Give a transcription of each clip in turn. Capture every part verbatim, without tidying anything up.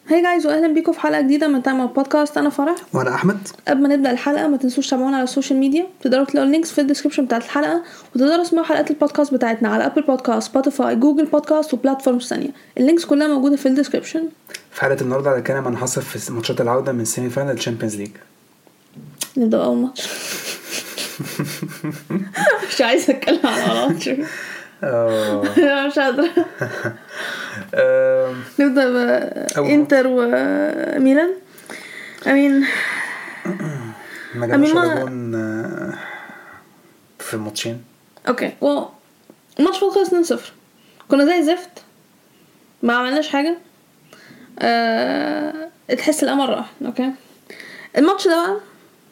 هاي جايز واهلا بيكم في حلقه جديده من تايم بودكاست. انا فرح وانا احمد. قبل ما نبدا الحلقه ما تنسوش تتابعونا على السوشيال ميديا، تقدروا تلاقوا اللينكس في الديسكربشن بتاعه الحلقه، وتقدروا تسمعوا حلقات البودكاست بتاعتنا على ابل بودكاست، سبوتيفاي، جوجل بودكاست وبلاتفورمز ثانيه. اللينكس كلها موجوده في الديسكربشن. في حلقه النهارده هنتكلم عن حصل في ماتشات العوده من سيمي فاينل الشامبيونز ليج. نبدا اول ماتش. مش عايزه اتكلم على الماتش. اه مش قادره. نبدا بانتر وميلان. امين ما جابش جون في الماتشين. اوكي و الماتش خلص اثنين صفر، كنا زي زفت، ما عملناش حاجه. أه... تحس الامر راح. اوكي الماتش ده بقى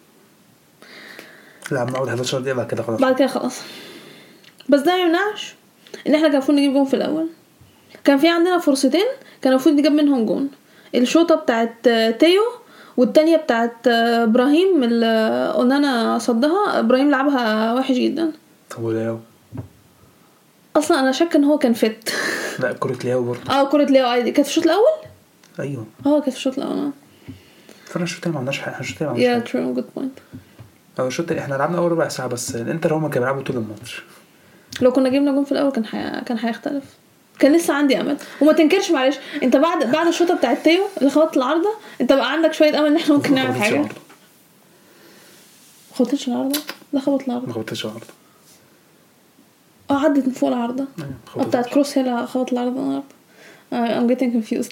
لعبنا اول حداشر دقيقه بعد كده خلاص بعد كده خلاص. بس ده ما يمنعش ان احنا كان المفروض نجيب جون في الاول. كان في عندنا فرصتين كان المفروض نجيب منهم جون، الشوطه بتاعت تيو والتانية بتاعت ابراهيم اللي قلنا انا صدها. ابراهيم لعبها وحش جدا. طب لياو اصلا انا شك ان هو كان فت. لا كره لياو برضه. اه كره لياو عادي كانت في الشوط الاول. ايوه اه كانت في الشوط الاول. فانا الشوط ما عملناش حاجه. الشوط ما يا ترو جود بوينت. اه الشوط احنا لعبنا اول ربع ساعه بس الانتر هم كانوا بيلعبوا طول الماتش. لو كنا جبنا جون في الاول كان حي... كان هيختلف. كان لسه عندي امل. وما تنكرش معلش انت بعد بعد الشوطه بتاعت تيو اللي خبطت العارضه انت بقى عندك شويه امل ان احنا ممكن نعمل حاجه. خبطتش العارضه. لا خبطت العارضه. ما خبطتش العارضه. اه عدت من فوق العارضه. اه بتاعت كروس هي اللي خبطت العارضه النهارده. I'm getting confused.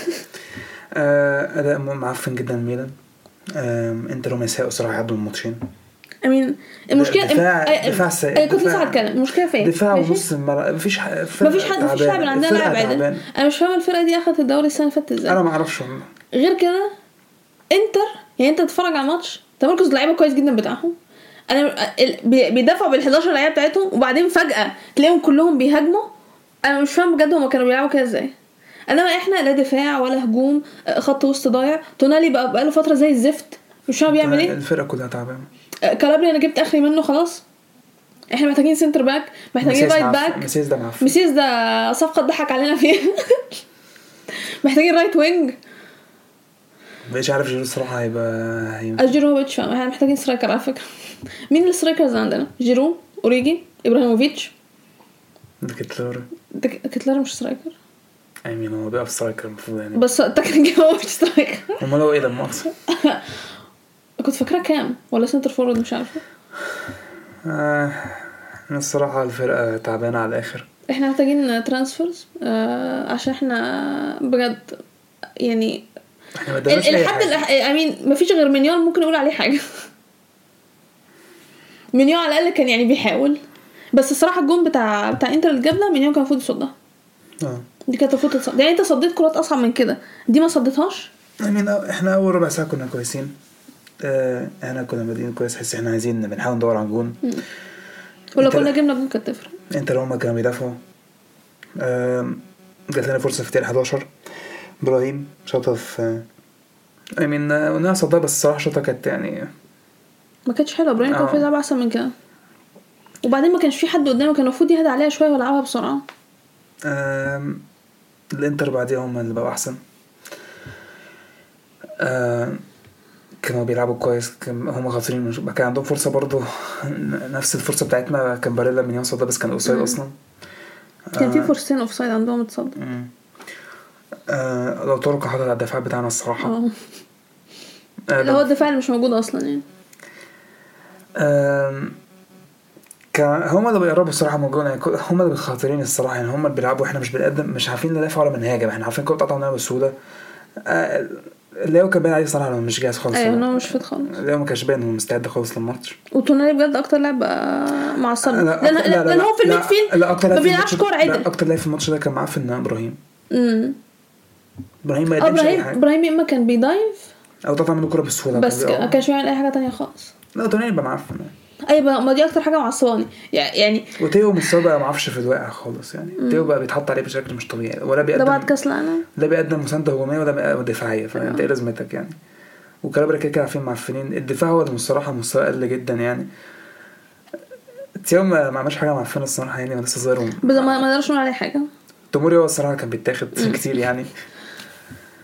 آه اداء معفن جدا ميلان. انت لو مساء صراحه عدوا الماتشين. امين المشكله دفاع دفاع سيء. كنت لسه هتكلم المشكله فين؟ دفاع ونص الملعب مفيش ح... مفيش حد مفيش لاعب عندنا لاعب عادل. انا مش فاهم الفرقه دي اخذت الدوري السنه اللي فاتت ازاي. انا ما اعرفش غير كده. انتر يعني انت تتفرج على الماتش تمركز اللعيبه كويس جدا بتاعهم. انا بيدافعوا بالحداشر لعيبه بتاعتهم وبعدين فجاه تلاقيهم كلهم بيهاجموا. انا مش فاهم بجد هم كانوا بيلعبوا كده ازاي. انما احنا لا دفاع ولا هجوم، خط وسط ضايع. تونالي بقى بقاله فتره زي الزفت مش عارف بيعمل ايه. الفرقه كلها تعبانه. كالابري انا جبت اخري منه خلاص. احنا محتاجين سنتر باك، محتاجين رايت باك. مسيس ده معفن. مسيس ده صفقه ضحك علينا فيها. محتاجين رايت وينج. مش عارف جيرو الصراحه هيبقى هيبقى اجيروفيتش. احنا محتاجين سترايكر على فكره. مين السترايكرز عندنا؟ جيرو، اوريجي، ابراهيموفيتش. كتلار. كتلار مش سترايكر. اي مين هو بقى سترايكر المفروض يعني. بس تكنيكال هو مش سترايكر. امال هو ايه ده مؤاخذه؟ كنت فاكره كام ولا سنتر فورورد مش عارفه. آه انا الصراحه الفرقه تعبانه على الاخر. احنا محتاجين ترانسفيرز آه عشان احنا بجد يعني الحد الامين مفيش غير مليون ممكن نقول عليه حاجه. مليون على الاقل كان يعني بيحاول. بس الصراحه الجون بتاع بتاع انتر اللي جابنا مليون كان المفروض يصدها. اه دي كانت المفروض تصد. يعني انت صديت كرات اصعب من كده دي ما صدتهاش. يعني احنا اول ربع ساعه كنا كويسين. اه احنا كنا بادئين كويس. حس احنا عايزين بنحاول ندور على جون. ولا كنا جبنا جون كانت تفرق. انت لو ما كانوا بيدافعوا اه جات لنا فرصه في الدقيقه حداشر. ابراهيم شاطه في اي مين قلنا صدها بس الصراحه شاطه كانت يعني ما كانتش حلوه. ابراهيم كان في لعب احسن من كده. وبعدين ما كانش في حد قدامه كان المفروض يهدى عليها شويه ويلعبها بسرعه. امم الانتر بعديها هم اللي بقوا احسن. امم كانوا بيلعبوا كويس. هم خاطرين كان عندهم فرصه برضو نفس الفرصه بتاعتنا. كان باريلا من يوصل ده بس كان اوفسايد اصلا. كان في فرصتين اوفسايد عندهم اتصد. آه لو طرق حاطط على الدفاع بتاعنا الصراحه. اه اللي هو الدفاع اللي مش موجود اصلا يعني. آم كان هم اللي بيقربوا الصراحه من جون. هم اللي بيخاطرين الصراحه يعني. هم اللي بيلعبوا احنا مش بنقدم مش عارفين ندافع ولا بنهاجم. احنا عارفين كل قطعه بسهوله. آه اللي هو كان باين عليه صراحه لو مش جاهز خالص. ايوه انا مش فت خالص. اللي هو ما كانش باين انه مستعد خالص للماتش. وتونالي بجد اكتر لاعب معصب لان لا لا لان هو في الميدفيلد ما بيلعبش كوره عدل. اكتر لاعب في الماتش ده كان معفن ابراهيم. امم ابراهيم ما قدمش اي حاجه. ابراهيم اما كان بيدايف او طلع منه كوره بسهوله بس ما كانش بيعمل اي حاجه تانية خالص. لا تونالي بقى معفن. ايوه ما دي اكتر حاجه معصباني يعني. وتيو مستواه بقى ما عرفش في الواقع خالص يعني. مم. تيو بقى بيتحط عليه بشكل مش طبيعي. ولا بيقدم ده بعد كاس العالم لا بيقدم مسانده هجوميه ولا دفاعيه. فانت ايه لازمتك يعني. وكالابري كده كده عارفين معفنين. الدفاع هو الصراحه مستوى قل جدا يعني. تيو ما عملش حاجه معفنه الصراحه يعني. لسه صغير بس ما ما نقدرش نقول عليه حاجه. توموري هو الصراحه كان بيتاخد كتير يعني.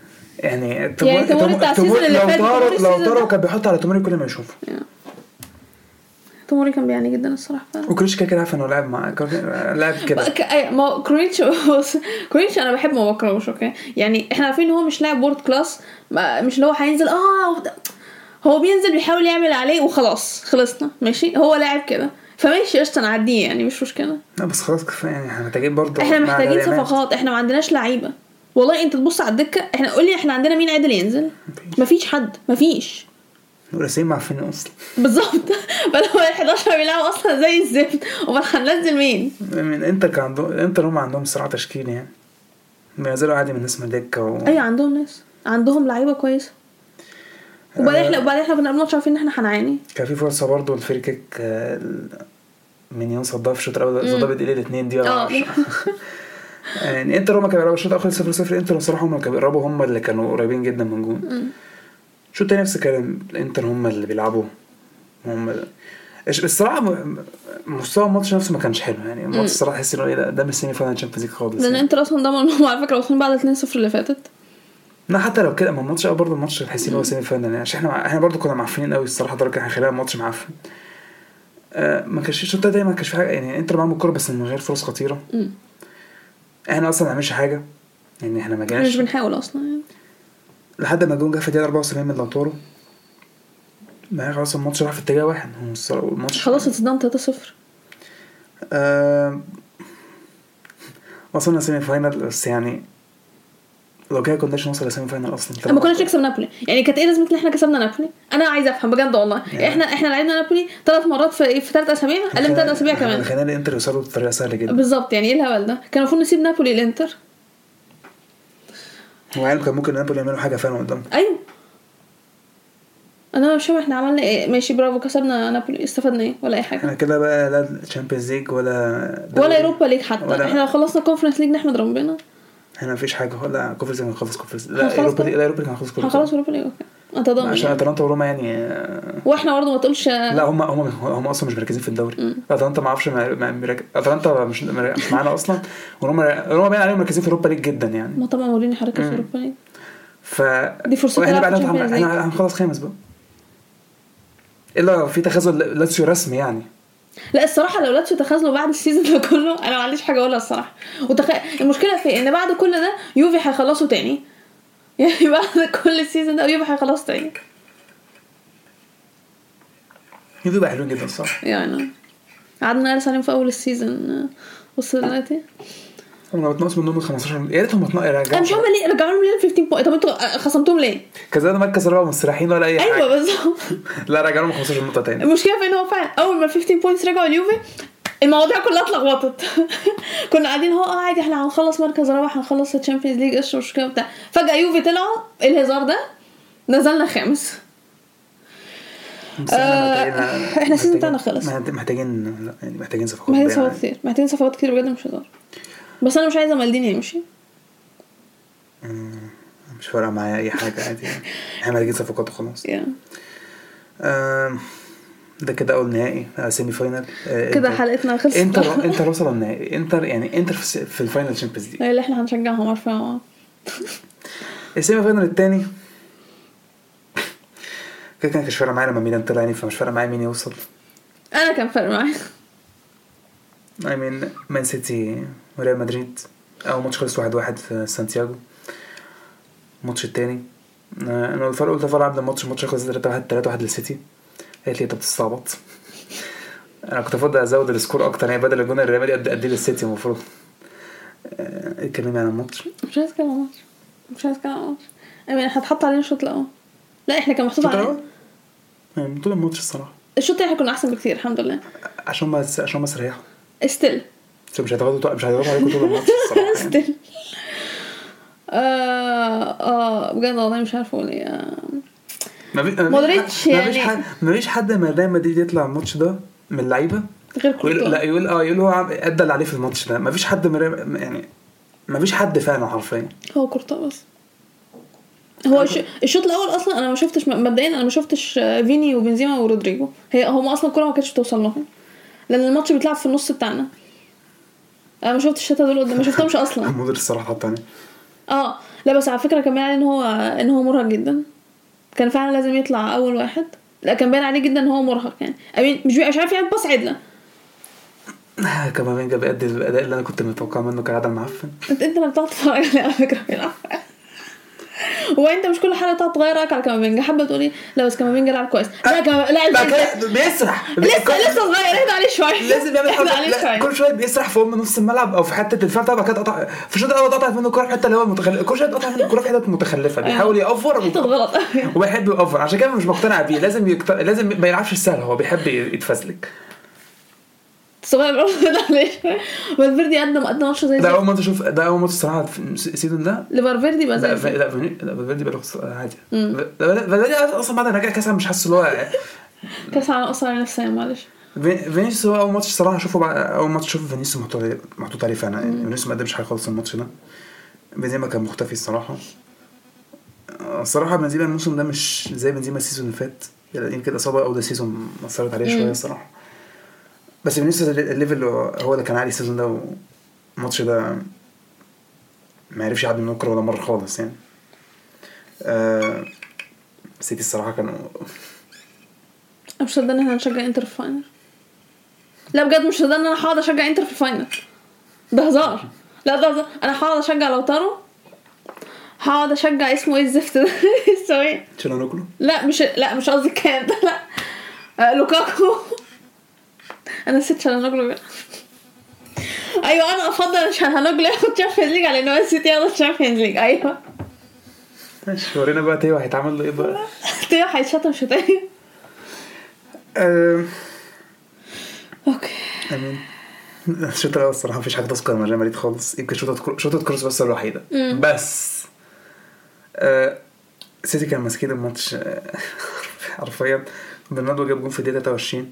يعني يعني توموري بتاع السيزون اللي لو فات طاروا بتاع لو السيزون طاروا ده. كان بيحط على توموري كل ما يشوفه. توموري كان بيعني جدا الصراحه فعلا. وكريش كده عارف انه لاعب مع لاعب كده. ك- أي- ما كريتش كريتش انا بحب ما بكرهوش اوكي يعني احنا عارفين ان هو مش لاعب وورد كلاس ما- مش اللي هو هينزل اه هو بينزل بيحاول يعمل عليه وخلاص خلصنا ماشي هو لاعب كده فماشي قشطه نعديه يعني مش مشكله. لا بس خلاص كفايه يعني احنا محتاجين برضه احنا مع محتاجين الريامات. صفقات احنا ما عندناش لعيبه والله. انت تبص على الدكه احنا قول لي احنا عندنا مين عادل ينزل مفيش حد مفيش وراسين معفنين اصلا بالظبط. بل هو الحداشر بيلعبوا اصلا زي الزفت امال هننزل مين من انتر كان عندهم انتر هم عندهم صراع تشكيلي يعني بينزلوا عادي من ناس من الدكه و... ايوه عندهم ناس عندهم لعيبه كويسه وبعدين احنا وبعدين احنا كنا بنقعد عارفين ان احنا هنعاني. كان في فرصه برضه الفري كيك آه، من يوم صدها في الشوط الاول صدها بدقيقه الاثنين دي اه يعني انتر هم كانوا بيلعبوا الشوط الاول صفر صفر انتر بصراحه هم كانوا بيقربوا هم اللي كانوا قريبين جدا من جون. الشوط الثاني نفس الكلام الانتر هم اللي بيلعبوا هم الصراحه مستوى الماتش نفسه ما كانش حلو يعني الماتش الصراحه تحس انه ايه ده ده مش سيمي فاينال تشامبيونز ليج خالص لان يعني. انتر اصلا ضمن على فكره واصلين بعد اتنين صفر اللي فاتت. لا حتى لو كده ما الماتش برضه الماتش تحس ان هو سيمي فاينال يعني عشان احنا احنا برضه كنا معفنين قوي الصراحه درجه احنا خلال الماتش معفن. آه ما كانش الشوط دايما ما كانش في حاجه يعني انتر معاهم الكوره بس من غير فرص خطيره. م. احنا اصلا ما عملناش حاجه يعني احنا ما جيناش مش بنحاول اصلا يعني. لحد ما جون جه في الدقيقه أربعة وسبعين من لوتارو ما خلاص الماتش راح في اتجاه واحد هو الماتش خلاص اتصدمت تلاتة صفر. آه وصلنا سيمي فاينال بس يعني لو كده كناش نوصل لسيمي فاينال اصلا ما كناش نكسب نابولي يعني كانت ايه لازمه ان احنا كسبنا نابولي. انا عايزه افهم بجد والله يعني احنا احنا لعبنا نابولي ثلاث مرات في في ثلاث اسابيع اقل من ثلاث اسابيع كمان خلينا الانتر يوصلوا بطريقه سهله جدا بالظبط يعني ايه الهبل ده كان المفروض نسيب نابولي الانتر هو يعني كان ممكن نابولي يعملوا حاجه فعلا قدام. ايوه انا مش فاهم احنا عملنا ايه ماشي برافو كسبنا نابولي استفدنا ايه ولا اي حاجه احنا كده بقى لا تشامبيونز ليج ولا ولا اوروبا ليج حتى ولا احنا لو خلصنا كونفرنس ليج نحمد ربنا. احنا مفيش حاجه ولا كونفرنس ليج هنخلص كونفرنس لا اوروبا لا اوروبا ليج هنخلص كله هنخلص اوروبا ليج اوكي انت ضامن عشان يعني. اتلانتا وروما يعني واحنا برضه ما تقولش لا هم هم هم اصلا مش مركزين في الدوري. اتلانتا ما اعرفش اتلانتا مش مش معانا اصلا وروما روما باين عليهم مركزين في اوروبا ليج جدا يعني. ما طبعا وريني حركه في اوروبا ليج ف دي فرصه احنا بقى احنا هنخلص خامس بقى الا في تخاذل لاتسيو رسمي يعني. لا الصراحه لو لاتسيو تخاذلوا بعد السيزون ده كله انا ما عنديش حاجه اقولها الصراحه. وتخ... المشكله في ان بعد كل ده يوفي هيخلصوا تاني يعني بعد كل السيزون ده يوفي هيخلصوا تاني. يوفي بقى حلوين جدا الصراحه يعني قعدنا نقلس عليهم في اول السيزون بص دلوقتي هم بتنقص منهم خمستاشر يا ريتهم ما يرجعوا. انا مش عارفه ليه رجعوا لهم ليه خمستاشر بوينت. طب انتوا خصمتوهم ليه كذا ده مركز رابع مستريحين ولا اي حاجه. ايوه بالظبط لا رجعوا لهم خمستاشر نقطه تاني. المشكله في ان هو فعلا اول ما خمستاشر بوينتس رجعوا اليوفي المواضيع كلها اتلخبطت. كنا قاعدين هو اه عادي احنا هنخلص مركز رابع هنخلص الشامبيونز ليج ايش مشكله بتاع فجاه يوفي طلعوا الهزار ده نزلنا خامس. آه احنا السيزون بتاعنا خلص محتاجين يعني محتاجين صفقات محتاجين صفقات كتير محتاجين صفقات كتير بجد مش هزار. بس انا مش عايزه مالديني يمشي مش فارقه معايا اي حاجه عادي احنا محتاجين صفقات وخلاص. yeah. آه ده كده اول نهائي سيمي فاينال آه كده حلقتنا خلصت. انتر انتر وصل النهائي انتر يعني انتر في, في الفاينل تشامبيونز ليج اللي احنا هنشجعهم عارفه. السيمي فاينال الثاني كده كان مش فارق معايا لما ميلان طلع يعني فمش فارق معايا مين يوصل. انا كان فارق معايا I mean مان سيتي وريال مدريد اول ماتش خلص واحد واحد في سانتياغو. الماتش الثاني انا الفرق قلت فرق قبل الماتش الماتش خلص ثلاثة واحد ثلاثة واحد للسيتي. قالت لي انت بتستعبط. انا كنت افضل ازود السكور اكتر يعني بدل الجون الريال مدريد ادي للسيتي المفروض. اتكلمي عن الماتش. مش عايز اتكلم عن الماتش مش عايز اتكلم عن الماتش يعني هتحط علينا الشوط الاول. لا احنا كان محطوط علينا يعني طول الماتش الصراحه الشوط احنا كنا احسن بكتير الحمد لله عشان ما عشان ما سريحوا استل مش هتغلطوا مش هتغلطوا عليكم طول الماتش الصراحه استل اه اه بجد والله مش عارفه اقول ايه. مودريتش يعني مفيش حد مفيش حد من ريال مدريد يطلع الماتش ده من اللعيبه غير كورتوا. لا يقول اه يقول هو ادى اللي عليه في الماتش ده. مفيش حد من يعني مفيش حد فعلا حرفيا هو كورتوا بس. هو الشوط الاول اصلا انا ما شفتش مبدئيا انا ما شفتش فيني وبنزيما ورودريجو هي هم اصلا الكره ما كانتش توصل لهم لان الماتش بيتلعب في النص بتاعنا. انا ما شفتش الشوط دول ما شفتهمش اصلا. مودريتش الصراحه حطاني اه لا بس على فكره كان باين عليه ان هو ان هو مرهق جدا. كان فعلا لازم يطلع اول واحد. لا كان باين عليه جدا ان هو مرهق يعني. امين مش مش عارف يعمل باص عدله. كامافينجا بيأدي الاداء اللي انا كنت متوقع منه كعادة معفن. انت انت اللي بتقعد تتفرج عليه على فكره بيلعب. هو انت مش كل حاجه تقعد تغير رايك على كامافينجا. حابه تقولي لا بس كامافينجا لعب كويس. لا كم... لا لا كده بيسرح لسه لسه صغير اهدى عليه شويه. لازم يعمل حاجه. كل شويه بيسرح في ام نص الملعب او في حته الدفاع طبعا كده قطع في الشوط الاول قطعت منه الكوره في حته اللي هو متخلف. كل شويه قطع منه الكوره في حته متخلفه بيحاول يأفور غلط وبيحب يأفور. عشان كده مش مقتنع بيه. لازم يكتر... لازم ما يلعبش السهل. هو بيحب يتفزلك صغير ليش. فالفيردي قدم قدم ماتش زي ده اول ما تشوف. ده اول ما الصراحه في السيزون ده لفالفيردي بقى زي لا لا فالفيردي بقى عادي. فالفيردي اصلا بعد رجع كاس مش حاسس اللي هو كاس على اصلا نفسيا معلش. فينيسيوس هو اول ماتش الصراحه اشوفه اول ماتش اشوف فينيسيوس محطوط محطوط عليه فعلا. فينيسيوس ما قدمش حاجه خالص الماتش ده. بنزيما كان مختفي الصراحه. الصراحه بنزيما الموسم ده مش زي بنزيما السيزون اللي فات يعني. يمكن اصابه او ده سيزون اثرت عليه شويه الصراحه. بس فينيسيوس الليفل هو اللي كان عالي السيزون ده. والماتش ده ما عرفش يعدي من الكره ولا مره خالص يعني. آه سيتي الصراحه كانوا مش مصدق ان احنا نشجع انتر في الفاينل. لا بجد مش مصدق ان انا هقعد اشجع انتر في الفاينل. ده هزار. لا ده هزار. انا هقعد اشجع لوتارو. هقعد اشجع اسمه ايه الزفت ده اسمه ايه تشالانوغلو. لا مش لا مش قصدي كان ده لا آه لوكاكو. انا نسيت تشالانوغلو. ايوه انا افضل تشالانوغلو ياخد تشامبيونز ليج على انه السيتي ياخد تشامبيونز ليج. ايوه ماشي. ورينا بقى تيو هيتعمل له ايه بقى. تيو هيتشتم شتايم. أه... اوكي امين. الشوط الاول الصراحه مفيش حاجه تذكر من ريال مدريد خالص. يمكن شوطه شوطه كروس بس الوحيده. بس أه... سيتي كان ماسكين الماتش حرفيا. برناردو جاب جون في الدقيقه ثلاثة وعشرين.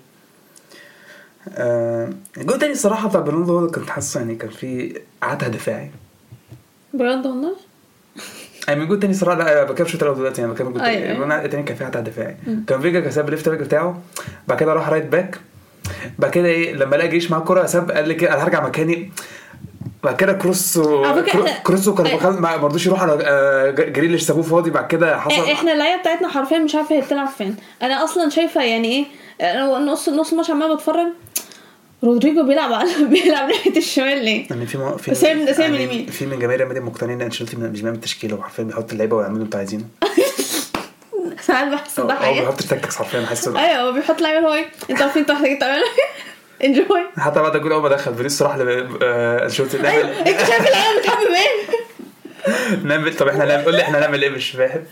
أه... الجون الثاني الصراحه بتاع برناردو هو كنت حاسه يعني كان في عته دفاعي بجد والله. اي من الجون الثاني صراحه. لا بكام شوط الاول دلوقتي يعني بكام الجون الثاني كان في عته دفاعي. كان فيجا كسب ليفت باك بتاعه. بعد كده راح رايت باك. بعد كده ايه لما لقى جيش معاه الكوره ساب قال لي كده انا هرجع مكاني. بعد كده كروس كروس كان بخل ما رضوش يروح على جريليش سابوه فاضي. بعد كده حصل احنا اللعيبه بتاعتنا حرفيا مش عارفه هي بتلعب فين. انا اصلا شايفه يعني ايه انا نص نص الماتش عمال بتفرج. رودريجو بيلعب على بيلعب ناحيه الشمال ليه يعني في في سام سام اليمين. في من جماهير النادي مقتنعين ان انشيلوتي مش بيعمل تشكيله وحرفيا بيحط اللعيبه ويعملوا اللي عايزينه. ساعات بحس ده حقيقي. هو بيحط التكتكس حرفيا حاسس. ايوه هو بيحط لعيبه هو انت عارفين انتوا محتاجين تعملوا انجوي. حتى بعد الجول اول ما دخل فينيسيوس راح لانشيلوتي نعمل. انت شايف العيال بتحب مين نعمل. طب احنا نعمل قول لي احنا نعمل ايه مش فاهم.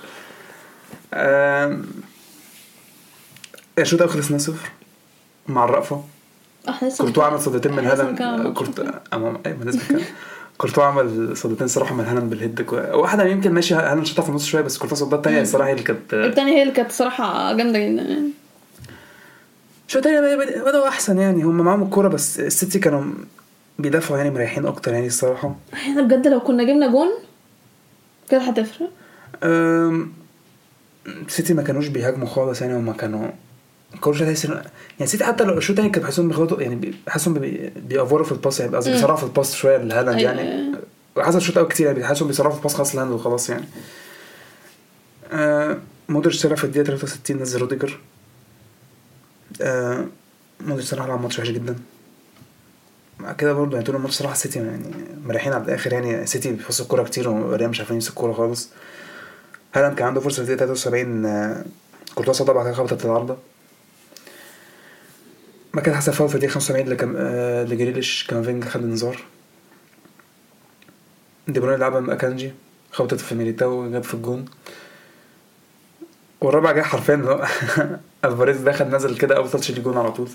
الشوط الاول خلص صفر مع الرأفة. كورتوا عمل صدتين من هالاند. كورتوا امام اي ما لازم كان كورتوا عمل صدتين صراحه من هالاند بالهيد. واحده يمكن ماشي هالاند شاطها في النص شويه بس كورتوا صدت الثانيه الصراحه هي اللي كانت الثانيه هي اللي كانت صراحه جامده جدا يعني. شو تاني بدأوا احسن يعني. هم معاهم الكوره بس السيتي كانوا بيدافعوا يعني مريحين اكتر يعني الصراحه. احنا بجد لو كنا جبنا جون كده هتفرق. امم السيتي ما كانوش بيهاجموا خالص يعني. وما كانوا كل شويه تحس يعني السيتي حتى لو شو تاني كان بحسهم بيخلطوا يعني بحسهم بيأفوروا في الباس يعني. قصدي بيسرعوا في الباس شويه لهالاند يعني. حصل شوط قوي كتير يعني بيحسوا بيسرعوا في الباس خاص لهالاند وخلاص يعني. آه مودريتش طلع في الدقيقه ثلاثة وستين نزل روديجر. آه مودريتش صراحه لعب ماتش وحش جدا كده برضه يعني. طول الماتش صراحه السيتي يعني مريحين على الاخر يعني. السيتي بيفصل الكوره كتير وريال مش عارفين يمسك الكوره خالص. هالاند كان عنده فرصه في الدقيقه ثلاثة وسبعين. آه كورتوا صد بعد كده خبطت العارضه. ما كان حسب فاول في الدقيقه خمسة وسبعين اللي كان آه لجريليش كامافينجا خد انذار. دي بروين لعبها اكانجي خبطت في ميليتاو وجاب في الجون. والرابع جاي حرفيا الفاريز دخل نزل كده اول تاتش الجون على طول.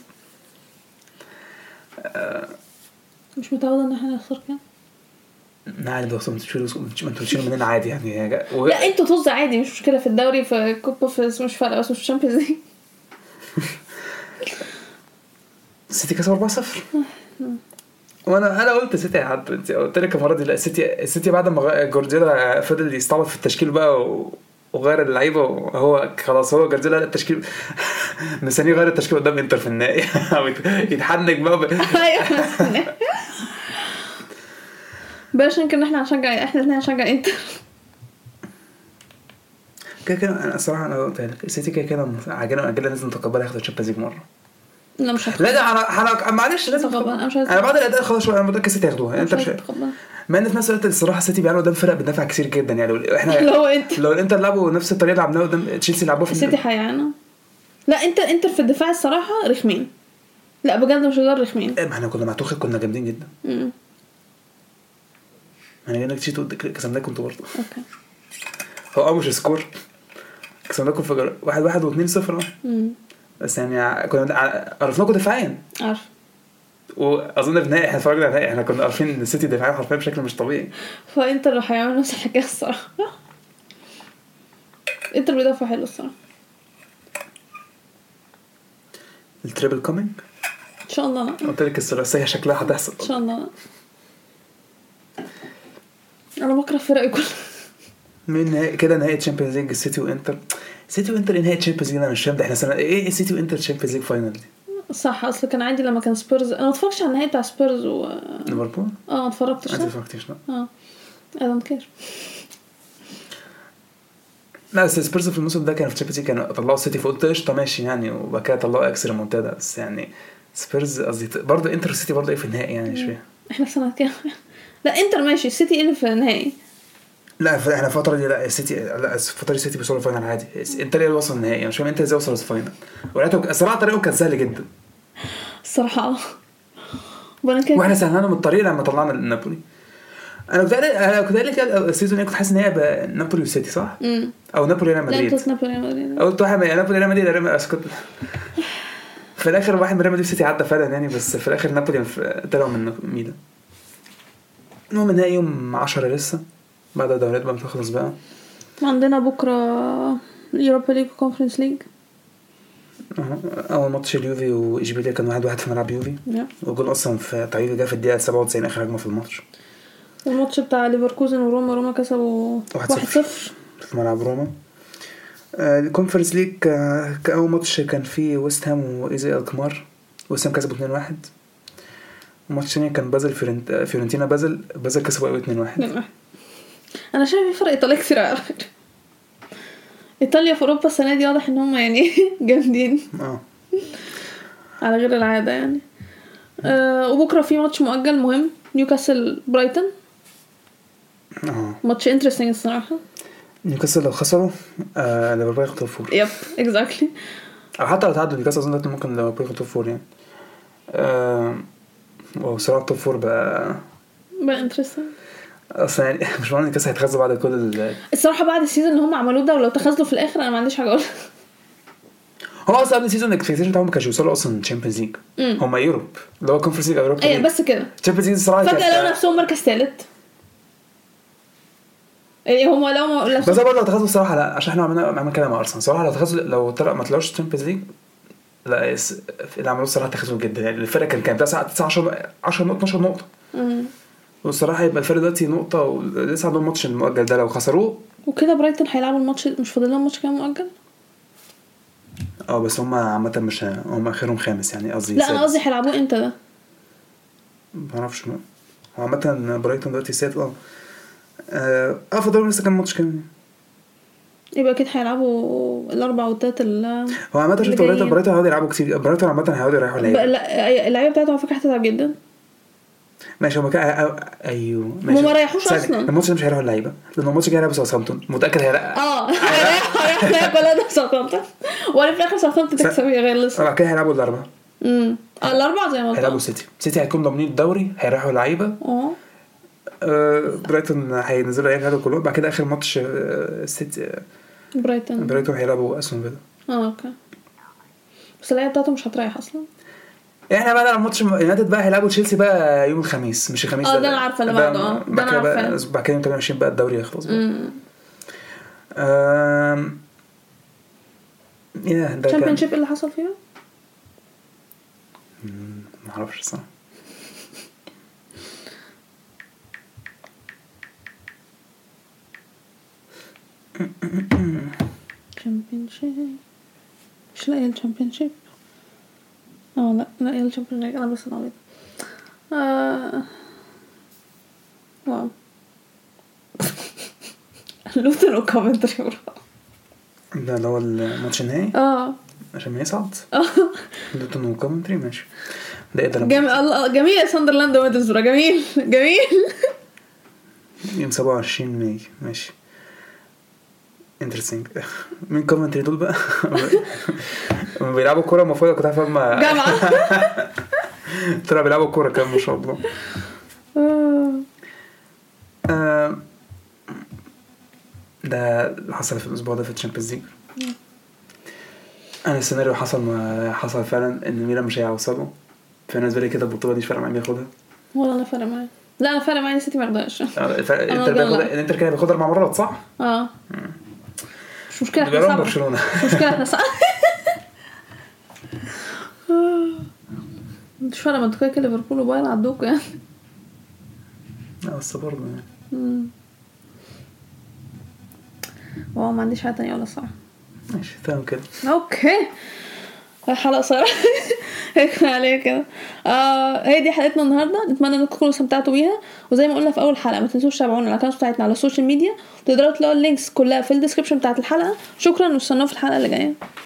آه مش متعود ان احنا نخسر كده. عادي بس ما تشيلوا ما تشيلوا مننا عادي يعني. و... لا انتوا طز عادي مش مشكله في الدوري في كوبا في مش فارقه بس مش الشامبيونز ليج. السيتي كسب أربعة صفر. وانا انا قلت السيتي عاد انت قلت لك المره دي لا السيتي السيتي بعد ما جوارديولا فضل يستعبط في التشكيل بقى و... وغير اللعيبه وهو خلاص هو جوارديولا التشكيل مستني يغير التشكيل قدام انتر في النهائي يتحنك بقى ب... باش يمكن احنا هنشجع احنا الاثنين هنشجع انتر. كده كده انا الصراحه انا قلت لك السيتي كده كده عاجلا عاجلا لازم نتقبلها ياخد الشامبيونز ليج مره. لا مش لا لا انا انا معلش لازم هتقبل. انا مش انا بعد الاداء خلاص انا متاكد السيتي ياخدوها. انت مش هتقبل. ما ان في نفس الوقت الصراحه السيتي بيعملوا قدام فرق بتدافع كتير جدا يعني. لو احنا لو انت لو الانتر لعبوا نفس الطريقه اللي لعبناها قدام تشيلسي لعبوها في السيتي حيانا. لا انت انتر في الدفاع الصراحه رخمين. لا بجد مش هزار رخمين. ما احنا كنا مع توخيل كنا جامدين جدا. امم انا جينا تشيتو كسبناكم انتوا برضه. اوكي هو اه مش سكور كسبناكم في واحد واحد واثنين صفر اه امم بس يعني كنا عرفناكم دفاعيا. عارف. واظن في النهائي احنا اتفرجنا على النهائي احنا كنا عارفين ان السيتي دفاعيا حرفيا بشكل مش طبيعي. فانتر راح يعمل نفس الحكايه الصراحه. انتر بيدافع حلو الصراحه. التريبل كومينج ان شاء الله. لا قلت لك الثلاثيه شكلها هتحصل ان شاء الله. لا. انا بكره فرقي كلها. من نهائي كده نهائي تشامبيونز ليج السيتي وانتر. سيتي وانتر نهائي تشامبيونز ليج انا مش فاهم ده احنا سنه ايه السيتي وانتر تشامبيونز ليج فاينل دي. صح اصل كان عادي لما كان سبيرز. انا ما اتفرجتش على النهائي بتاع سبيرز و ليفربول. اه ما اتفرجتش. انت اتفرجتيش؟ لا اه I don't care. لا بس سبيرز في الموسم ده كان في تشامبيونز ليج كانوا طلعوا السيتي فوق قشطه ماشي يعني وبعد كده طلعوا اكس ريمونتادا بس يعني سبيرز قصدي برضه انتر السيتي برضه ايه في النهائي يعني مش فاهم. احنا في سنه كام؟ لا انتر ماشي السيتي ايه اللي في النهائي؟ لا احنا الفتره دي لا السيتي لا الفتره دي السيتي بيوصلوا فاينل عادي. انتر اللي وصل النهائي مش فاهم انت ازاي وصل الفاينل ولقيته الصراحه طريقه كان سهل جدا الصراحه. وانا كده واحنا سهلنا من الطريق لما طلعنا نابولي. انا كنت انا كنت قايل لك السيزون كنت حاسس ان هي نابولي والسيتي صح امم او نابولي ريال لا مدريد. انت نابولي مدريد. قلت واحد من نابولي ريال مدريد ريال اسكت في الاخر واحد من ريال مدريد السيتي عدى فعلا يعني بس في الاخر نابولي طلعوا من ميلان. المهم النهائي يوم عشرة لسه بعد الدوريات بقى بتخلص بقى. عندنا بكره يوروبا ليج وكونفرنس ليج. اول ماتش اليوفي واشبيليه كان واحد واحد في ملعب يوفي وجول اصلا في تعويض جه في الدقيقه سبعة وتسعين اخر هجمه في الماتش. والماتش بتاع ليفركوزن وروما روما كسبوا واحد صفر في ملعب روما. الكونفرنس ليج كاول ماتش كان فيه ويست هام وايزي الكمار. ويست هام كسبوا اتنين واحد. الماتش الثاني كان بازل فيورنت... فيورنتينا بازل بازل كسبوا اتنين واحد. انا شايف فرق ايطاليا كتير على فكره. ايطاليا في اوروبا السنه دي واضح ان هم يعني جامدين اه على غير العاده يعني. أه وبكره في ماتش مؤجل مهم نيوكاسل برايتون. اه ماتش انترستينج الصراحه. نيوكاسل لو خسروا آه ليفربول ياخدوا فور. يب اكزاكتلي. او حتى لو تعادلوا نيوكاسل اظن ممكن ليفربول ياخدوا فور يعني. آه وصراحه توب فور بقى بقى انترستينج اصلا يعني مش معنى نيوكاسل هيتخزوا بعد كل ال... الصراحه بعد السيزون اللي هم عملوه ده ولو تخاذلوا في الاخر انا ما عنديش حاجه اقول. هو اصلا قبل السيزون الاكسبكتيشن بتاعهم ما كانش يوصلوا اصلا تشامبيونز ليج. هم يوروب اللي هو كونفرنس ليج اوروبا. ايوه بس كده تشامبيونز ليج الصراحه فجاه لو نفسهم مركز ثالث. ايه هم لو ما بس برضه لو تخاذلوا الصراحه لا عشان احنا عملنا عملنا كده مع ارسنال صراحه لو تخاذلوا لو طلع ما طلعوش تشامبيونز ليج لا اس... اللي عملوه الصراحه تخاذلوا جدا يعني. الفرق كان كان تسعة عشرة عشرة نقطه اتناشر نقطه. امم والصراحه يبقى الفرق دلوقتي نقطه ولسه عندهم ماتش المؤجل ده لو خسروه وكده برايتون هيلعبوا الماتش مش فاضل لهم ماتش كمان مؤجل. اه بس هم عامه مش هم اخرهم خامس يعني قصدي. لا انا قصدي هيلعبوه امتى ده ما اعرفش. هو عامه برايتون دلوقتي سادس اه اه فاضل لسه كام ماتش كمان. يبقى اكيد هيلعبوا الاربع والتلات ال هو عامه شفت برايتون برايتون هيقعدوا يلعبوا كتير. برايتون عامه هيقعدوا يريحوا اللعيبه. اللعيبه بتاعتهم على فكره هتتعب جدا. ماشي هم كان ايوه ماشي ما ريحوش اصلا. الماتش مش هيريحوا اللعيبه لان الماتش جاي هيلعبوا ساوثهامبتون متاكد هيريح. اه هيريح هيريح كلنا ساوثهامبتون ولا في الاخر ساوثهامبتون تكسب يا غير لسه. اه كده هيلعبوا الاربعه. امم الاربعه زي ما قلت هيلعبوا سيتي. سيتي هيكون ضامنين الدوري هيريحوا اللعيبه. اه برايتون هينزلوا اللعيبه هذول كلهم بعد كده اخر ماتش سيتي برايتون برايتون هيلعبوا استون فيلا. اه اوكي بس اللعيبه بتاعتهم مش هتريح اصلا. احنا بقى لما ماتش يونايتد بقى هيلعبوا تشيلسي بقى يوم الخميس مش الخميس اه ده انا عارفه اللي بعده اه ده انا عارفه بعد كده يوم تمانية وعشرين بقى الدوري يخلص بقى. امم امم يا ده الشامبيونشيب اللي حصل فيها ما اعرفش صح. الشامبيونشيب مش لاقي الشامبيونشيب. اه لا لا الشامبيونشيب انا بس ناوي. آه واو. لوتن وكوفنتري. ده اللي هو الماتش النهائي اه عشان ما يصعد. اه لوتون وكوفنتري ماشي. ده ايه ده؟ جميل الله جميل. ساندرلاند وميدلسبرا جميل جميل. يوم سبعة وعشرين ماي ماشي. انترستينج. مين كوفنتري دول بقى؟ بيلعبوا كوره المفروض كنت عارف ما جامعه. ترى بيلعبوا كوره كمان ما شاء الله. آه، ده اللي حصل في الاسبوع ده في الشامبيونز ليج. انا السيناريو حصل ما حصل فعلا ان ميلان مش هيوصلوا. فانا بالنسبه لي كده البطوله دي فارقه معايا ياخدها. ولا انا فارق معايا. لا انا فارق معايا سيتي ما ياخدهاش. انت بياخد انت كده بياخد اربع مرات صح. اه مش مشكله احنا بيرام صعب برشلونه. مش مشكله احنا صعب. مش فارقه منطقيه كده ليفربول وبايرن عدوكوا يعني. لا بس برضه يعني امم واو ما عنديش حاجه تانية ولا صح. ماشي تمام كده. اوكي الحلقه صراحه هيك عليها كده. آه هي دي حلقتنا النهارده. نتمنى انكم تكونوا استمتعتوا بيها. وزي ما قلنا في اول حلقه ما تنسوش تتابعونا على القناه بتاعتنا على السوشيال ميديا. تقدروا تلاقوا اللينكس كلها في الديسكربشن بتاعت الحلقه. شكرا واستنونا في الحلقه اللي جايه.